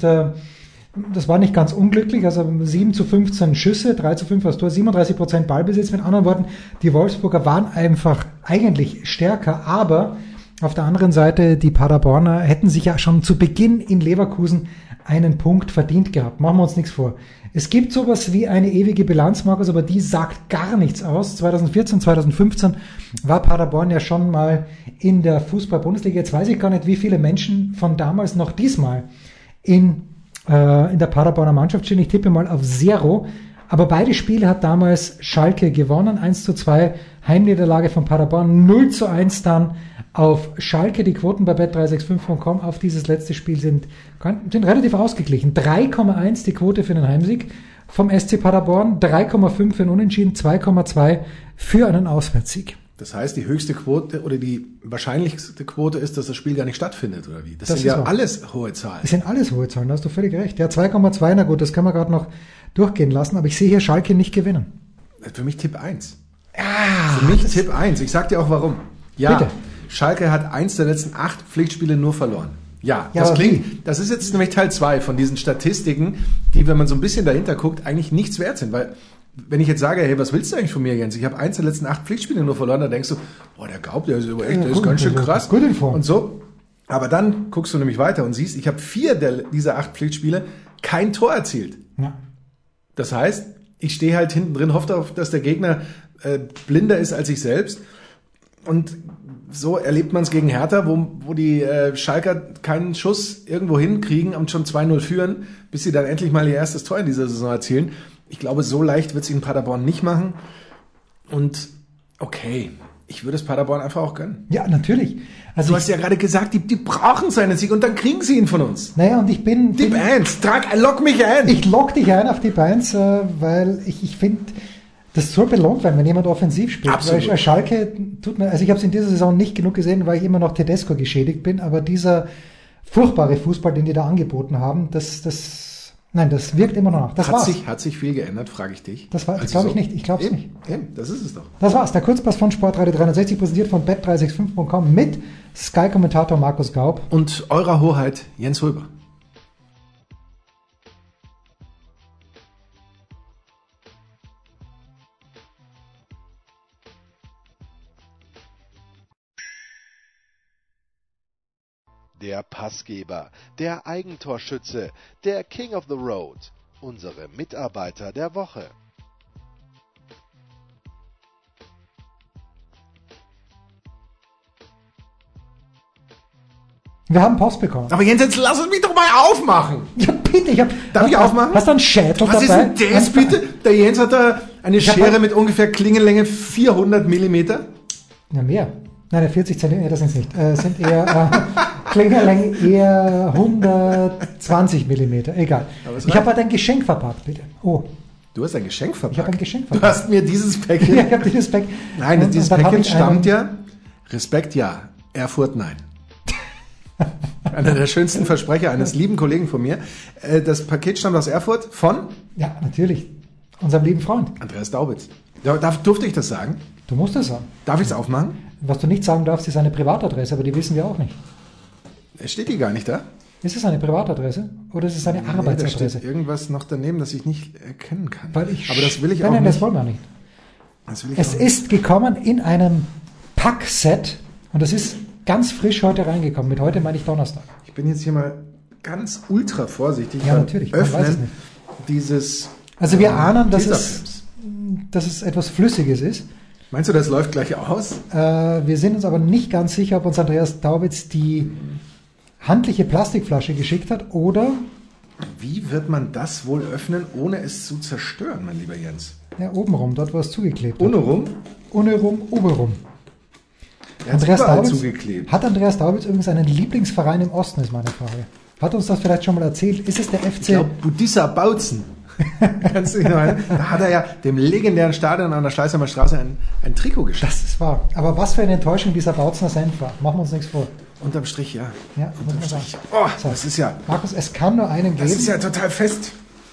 das war nicht ganz unglücklich. Also 7:15 Schüsse, 3:5 das Tor, 37% Ballbesitz. Mit anderen Worten, die Wolfsburger waren einfach eigentlich stärker, aber auf der anderen Seite, die Paderborner hätten sich ja schon zu Beginn in Leverkusen einen Punkt verdient gehabt. Machen wir uns nichts vor. Es gibt sowas wie eine ewige Bilanz, Markus, aber die sagt gar nichts aus. 2014, 2015 war Paderborn ja schon mal in der Fußball-Bundesliga. Jetzt weiß ich gar nicht, wie viele Menschen von damals noch diesmal in der Paderborner Mannschaft stehen. Ich tippe mal auf 0. Aber beide Spiele hat damals Schalke gewonnen. 1:2 Heimniederlage von Paderborn. 0:1 dann auf Schalke. Die Quoten bei bet365.com auf dieses letzte Spiel sind relativ ausgeglichen. 3,1 die Quote für einen Heimsieg vom SC Paderborn, 3,5 für einen Unentschieden, 2,2 für einen Auswärtssieg. Das heißt, die höchste Quote oder die wahrscheinlichste Quote ist, dass das Spiel gar nicht stattfindet, oder wie? Das sind ja alles hohe Zahlen. Das sind alles hohe Zahlen, da hast du völlig recht. Ja, 2,2, na gut, das können wir gerade noch durchgehen lassen, aber ich sehe hier Schalke nicht gewinnen. Für mich Tipp 1. Für mich Tipp 1. Ich sag dir auch warum. Ja, bitte. Schalke hat 1 der letzten 8 Pflichtspiele nur verloren. Ja, das ist jetzt nämlich Teil 2 von diesen Statistiken, die, wenn man so ein bisschen dahinter guckt, eigentlich nichts wert sind, weil wenn ich jetzt sage, hey, was willst du eigentlich von mir, Jens? Ich habe 1 der letzten 8 Pflichtspiele nur verloren, dann denkst du, boah, der Gaup, der ist aber echt, der ist ganz schön krass. Gut in Form. Und so. Aber dann guckst du nämlich weiter und siehst, ich habe 4 dieser 8 Pflichtspiele kein Tor erzielt. Ja. Das heißt, ich stehe halt hinten drin, hoffe darauf, dass der Gegner blinder ist als ich selbst. Und so erlebt man es gegen Hertha, wo die Schalker keinen Schuss irgendwo hinkriegen und schon 2-0 führen, bis sie dann endlich mal ihr erstes Tor in dieser Saison erzielen. Ich glaube, so leicht wird es ihnen Paderborn nicht machen. Und okay, ich würde es Paderborn einfach auch gönnen. Ja, natürlich. Also du hast ja gerade gesagt, die brauchen seinen Sieg und dann kriegen sie ihn von uns. Naja, und ich bin... Tipp 1, lock mich ein. Ich lock dich ein auf Tipp 1, weil ich finde... Das soll belohnt werden, wenn jemand offensiv spielt. Absolut. Weil Schalke tut mir, also ich habe es in dieser Saison nicht genug gesehen, weil ich immer noch Tedesco geschädigt bin, aber dieser furchtbare Fußball, den die da angeboten haben, das wirkt immer noch nach. Das war's. Hat sich viel geändert, frage ich dich. Das glaube ich nicht. Ich glaube es nicht. Eben, das ist es doch. Das war's. Der Kurzpass von Sportradio 360, präsentiert von bet365.com mit Sky-Kommentator Markus Gaub. Und eurer Hoheit Jens Röber. Der Passgeber, der Eigentorschütze, der King of the Road, unsere Mitarbeiter der Woche. Wir haben Post bekommen. Aber Jens, jetzt lass uns mich doch mal aufmachen. Ja, bitte. Darf ich aufmachen? Hast du einen Schädel dabei? Was ist denn das bitte? Der Jens hat da eine Schere mit ungefähr Klingenlänge 400 Millimeter. Ja, mehr. Nein, 40 Zentimeter sind es nicht. Sind eher Klingenlänge eher 120 Millimeter. Egal. Ich habe halt ein Geschenk verpackt, bitte. Oh. Du hast ein Geschenk verpackt? Ich habe ein Geschenk verpackt. Du hast mir dieses Päckchen... Ja, ich habe dieses Päckchen. Nein, dieses Päckchen stammt ja... Respekt, ja. Erfurt, nein. Einer der schönsten Versprecher eines lieben Kollegen von mir. Das Paket stammt aus Erfurt von? Ja, natürlich. Unserem lieben Freund. Andreas Daubitz. Durfte ich das sagen? Du musst das sagen. Darf ich es aufmachen? Was du nicht sagen darfst, ist eine Privatadresse, aber die wissen wir auch nicht. Steht die gar nicht da? Ist es eine Privatadresse oder ist es eine Arbeitsadresse? Da steht irgendwas noch daneben, das ich nicht erkennen kann. Aber das will ich auch nein, nicht. Das wollen wir nicht. Es ist gekommen in einem Packset und das ist ganz frisch heute reingekommen. Mit heute meine ich Donnerstag. Ich bin jetzt hier mal ganz ultra vorsichtig. Ja, natürlich. Man weiß es nicht. Dieses... Also wir ahnen, dass es etwas Flüssiges ist. Meinst du, das läuft gleich aus? Wir sind uns aber nicht ganz sicher, ob uns Andreas Daubitz die handliche Plastikflasche geschickt hat oder... Wie wird man das wohl öffnen, ohne es zu zerstören, mein lieber Jens? Ja, obenrum, dort wo es zugeklebt hat. Ohne rum? Ohne rum, obenrum. Hat Andreas Daubitz übrigens einen Lieblingsverein im Osten, ist meine Frage. Hat uns das vielleicht schon mal erzählt? Ist es der FC... Ich glaube, Budissa Bautzen. Kannst du dich noch erinnern? Da hat er ja dem legendären Stadion an der Schleißheimer Straße ein Trikot geschenkt. Das ist wahr. Aber was für eine Enttäuschung dieser Bautzener Senf war. Machen wir uns nichts vor. Unterm Strich, ja. Ja, unterm Strich. Oh, so. Das ist ja... Markus, es kann nur einen geben. Das ist ja total fest.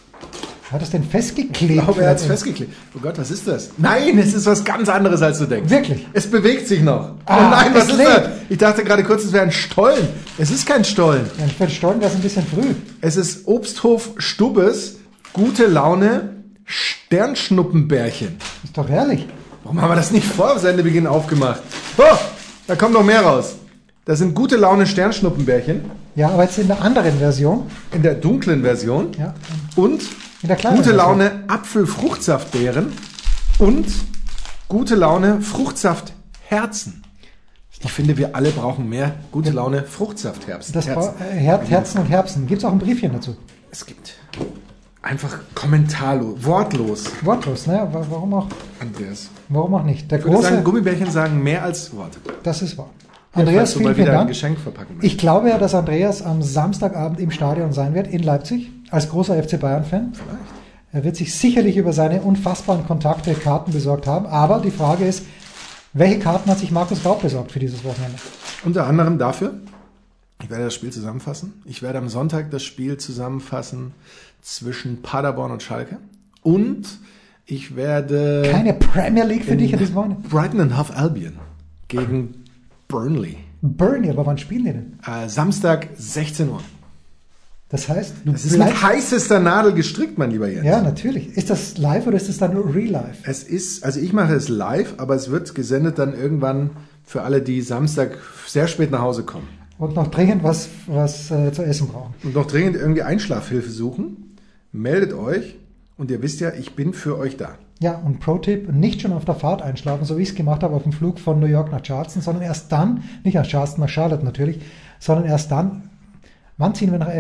Hat es denn festgeklebt? Ich glaube, er hat es festgeklebt. Oh Gott, was ist das? Nein, es ist was ganz anderes, als du denkst. Wirklich? Es bewegt sich noch. Oh nein, was ist das? Ich dachte gerade kurz, es wäre ein Stollen. Es ist kein Stollen. Ja, für den Stollen wäre es ein bisschen früh. Es ist Obsthof Stubbes Gute Laune Sternschnuppenbärchen. Ist doch herrlich. Warum haben wir das nicht vor Sendebeginn aufgemacht? Oh, da kommt noch mehr raus. Das sind Gute Laune Sternschnuppenbärchen. Ja, aber jetzt in der anderen Version. In der dunklen Version. Ja. Und in der kleinen Gute Version. Laune Apfelfruchtsaftbeeren. Und Gute Laune Fruchtsaftherzen. Ich finde, wir alle brauchen mehr Gute Laune Fruchtsaftherzen. Herzen und Herbsen. Gibt es auch ein Briefchen dazu? Es gibt einfach kommentarlos, wortlos. Wortlos, ne? Warum auch? Andreas. Warum auch nicht? Ich würde sagen, Gummibärchen sagen mehr als Worte. Das ist wahr. Andreas, vielen Dank. Ein Geschenk verpacken ich glaube ja, dass Andreas am Samstagabend im Stadion sein wird, in Leipzig, als großer FC Bayern-Fan. Vielleicht. Er wird sich sicherlich über seine unfassbaren Kontakte Karten besorgt haben. Aber die Frage ist, welche Karten hat sich Markus Gaub besorgt für dieses Wochenende? Unter anderem dafür, ich werde das Spiel zusammenfassen. Ich werde am Sonntag das Spiel zusammenfassen zwischen Paderborn und Schalke. Und ich werde... Keine Premier League für dich an diesem Wochenende? Brighton and Hove Albion gegen Burnley. Burnley, aber wann spielen die denn? Samstag 16 Uhr. Das heißt, es ist mit heißester Nadel gestrickt, mein lieber Jens. Ja, natürlich. Ist das live oder ist das dann real live? Es ist, also ich mache es live, aber es wird gesendet dann irgendwann für alle, die Samstag sehr spät nach Hause kommen. Und noch dringend was zu essen brauchen. Und noch dringend irgendwie Einschlafhilfe suchen. Meldet euch und ihr wisst ja, ich bin für euch da. Ja, und Pro-Tipp, nicht schon auf der Fahrt einschlafen, so wie ich es gemacht habe auf dem Flug von New York nach Charleston, sondern erst dann, nicht nach Charleston, nach Charlotte natürlich, sondern erst dann, wann ziehen wir nach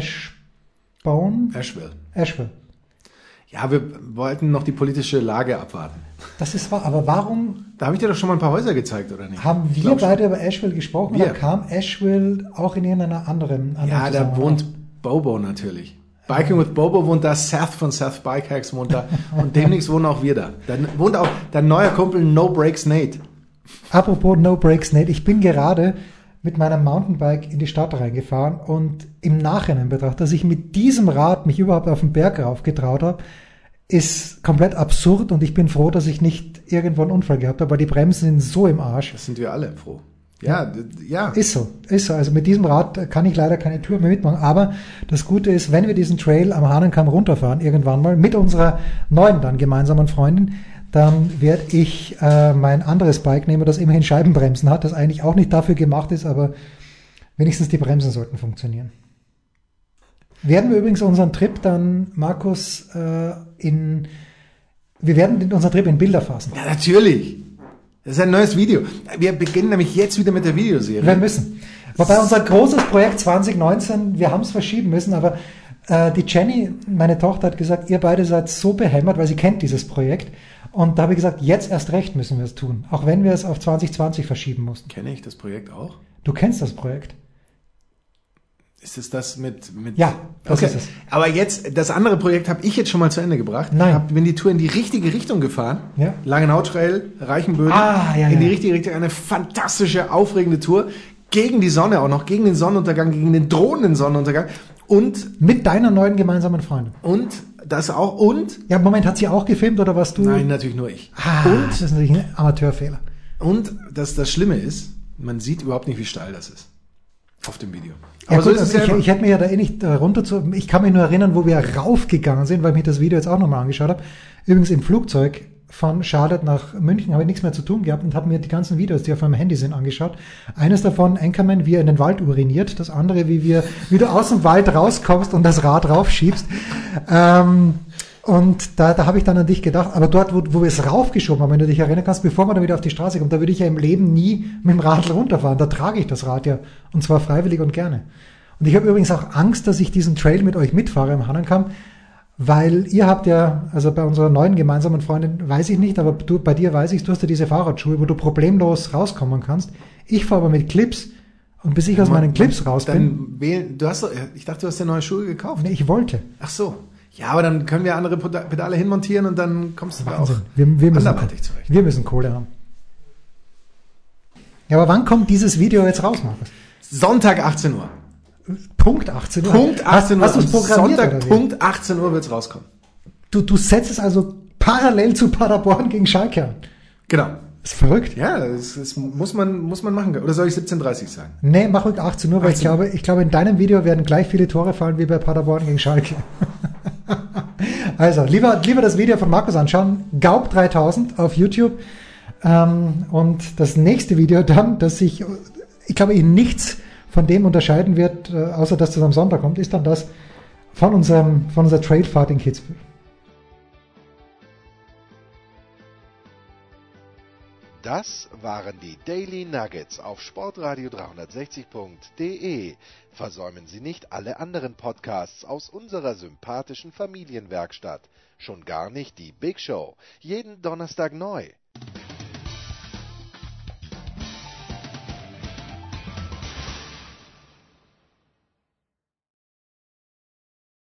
Asheville. Ja, wir wollten noch die politische Lage abwarten. Das ist wahr, aber warum... Da habe ich dir doch schon mal ein paar Häuser gezeigt, oder nicht? Haben wir beide über Asheville gesprochen oder kam Asheville auch in irgendeiner anderen Ja, da wohnt Bobo natürlich. Biking with Bobo wohnt da, Seth von Seth Bike Hacks wohnt da und demnächst wohnen auch wir da. Dann wohnt auch dein neuer Kumpel No Brakes Nate. Apropos No Brakes Nate, ich bin gerade mit meinem Mountainbike in die Stadt reingefahren und im Nachhinein betrachtet, dass ich mit diesem Rad mich überhaupt auf den Berg raufgetraut habe, ist komplett absurd und ich bin froh, dass ich nicht irgendwo einen Unfall gehabt habe, weil die Bremsen sind so im Arsch. Das sind wir alle froh. Ja. Ist so. Also mit diesem Rad kann ich leider keine Tour mehr mitmachen. Aber das Gute ist, wenn wir diesen Trail am Hahnenkamm runterfahren, irgendwann mal, mit unserer neuen dann gemeinsamen Freundin, dann werde ich mein anderes Bike nehmen, das immerhin Scheibenbremsen hat, das eigentlich auch nicht dafür gemacht ist, aber wenigstens die Bremsen sollten funktionieren. Werden wir übrigens unseren Trip dann, Markus, wir werden unseren Trip in Bilder fassen. Ja, natürlich. Das ist ein neues Video. Wir beginnen nämlich jetzt wieder mit der Videoserie. Wir müssen. Wobei unser großes Projekt 2019, wir haben es verschieben müssen, aber die Jenny, meine Tochter, hat gesagt, ihr beide seid so behämmert, weil sie kennt dieses Projekt. Und da habe ich gesagt, jetzt erst recht müssen wir es tun, auch wenn wir es auf 2020 verschieben mussten. Kenne ich das Projekt auch? Du kennst das Projekt? Ist es das mit Ja, das ist es. Aber jetzt, das andere Projekt habe ich jetzt schon mal zu Ende gebracht. Nein. Bin die Tour in die richtige Richtung gefahren. Ja. Langenau Trail, Reichenböden. In die richtige Richtung. Eine fantastische, aufregende Tour. Gegen die Sonne auch noch, gegen den Sonnenuntergang, gegen den drohenden Sonnenuntergang. Und mit deiner neuen gemeinsamen Freundin. Und das auch. Und? Ja, Moment, hat sie auch gefilmt oder warst du? Nein, natürlich nur ich. Und? Das ist natürlich ein Amateurfehler. Und das Schlimme ist, man sieht überhaupt nicht, wie steil das ist. Auf dem Video. Aber ja, so gut, ist es ich hätte mir ja da nicht runter zu. Ich kann mich nur erinnern, wo wir raufgegangen sind, weil ich mir das Video jetzt auch nochmal angeschaut habe. Übrigens im Flugzeug von Charlotte nach München habe ich nichts mehr zu tun gehabt und habe mir die ganzen Videos, die auf meinem Handy sind, angeschaut. Eines davon, Anchorman, wie er in den Wald uriniert. Das andere, wie du aus dem Wald rauskommst und das Rad raufschiebst. Und da habe ich dann an dich gedacht, aber dort, wo wir es raufgeschoben haben, wenn du dich erinnern kannst, bevor man dann wieder auf die Straße kommt, da würde ich ja im Leben nie mit dem Radl runterfahren. Da trage ich das Rad ja, und zwar freiwillig und gerne. Und ich habe übrigens auch Angst, dass ich diesen Trail mit euch mitfahre im Hahnenkamm, weil ihr habt ja, also bei unserer neuen gemeinsamen Freundin weiß ich nicht, aber bei dir weiß ich, du hast ja diese Fahrradschuhe, wo du problemlos rauskommen kannst. Ich fahre aber mit Clips. Und bis ich aus meinen Clips raus bin. Ich dachte, du hast ja neue Schuhe gekauft. Nee, ich wollte. Ach so. Ja, aber dann können wir andere Pedale hinmontieren und dann kommst du da auch wir müssen anderweitig zurecht. Wir müssen Kohle haben. Ja, aber wann kommt dieses Video jetzt raus, Markus? Sonntag 18 Uhr. Punkt 18 Uhr? Punkt 18 Uhr. Hast du es programmiert? Sonntag Punkt 18 Uhr wird's rauskommen. Du setzt es also parallel zu Paderborn gegen Schalke an. Genau. Das ist verrückt. Ja, das muss man machen. Oder soll ich 17:30 sagen? Nee, mach ruhig 18 Uhr, weil ich glaube, in deinem Video werden gleich viele Tore fallen wie bei Paderborn gegen Schalke. Also, lieber das Video von Markus anschauen. Gaub 3000 auf YouTube. Und das nächste Video dann, das sich, ich glaube, in nichts von dem unterscheiden wird, außer dass das am Sonntag kommt, ist dann das von unserer Trailfahrt in Kitzbühel. Das waren die Daily Nuggets auf sportradio360.de. Versäumen Sie nicht alle anderen Podcasts aus unserer sympathischen Familienwerkstatt. Schon gar nicht die Big Show. Jeden Donnerstag neu.